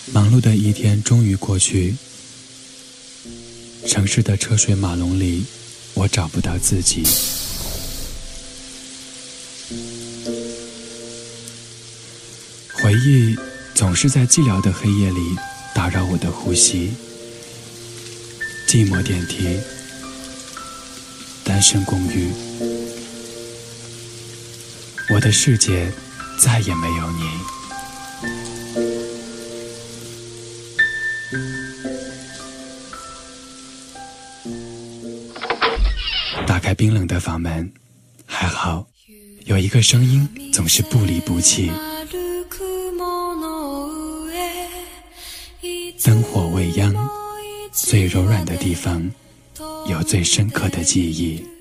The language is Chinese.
忙碌的一天终于过去，城市的车水马龙里，我找不到自己。回忆总是在寂寥的黑夜里打扰我的呼吸。寂寞电梯，单身公寓，我的世界再也没有你。打开冰冷的房门，还好有一个声音总是不离不弃。灯火未央，最柔软的地方有最深刻的记忆。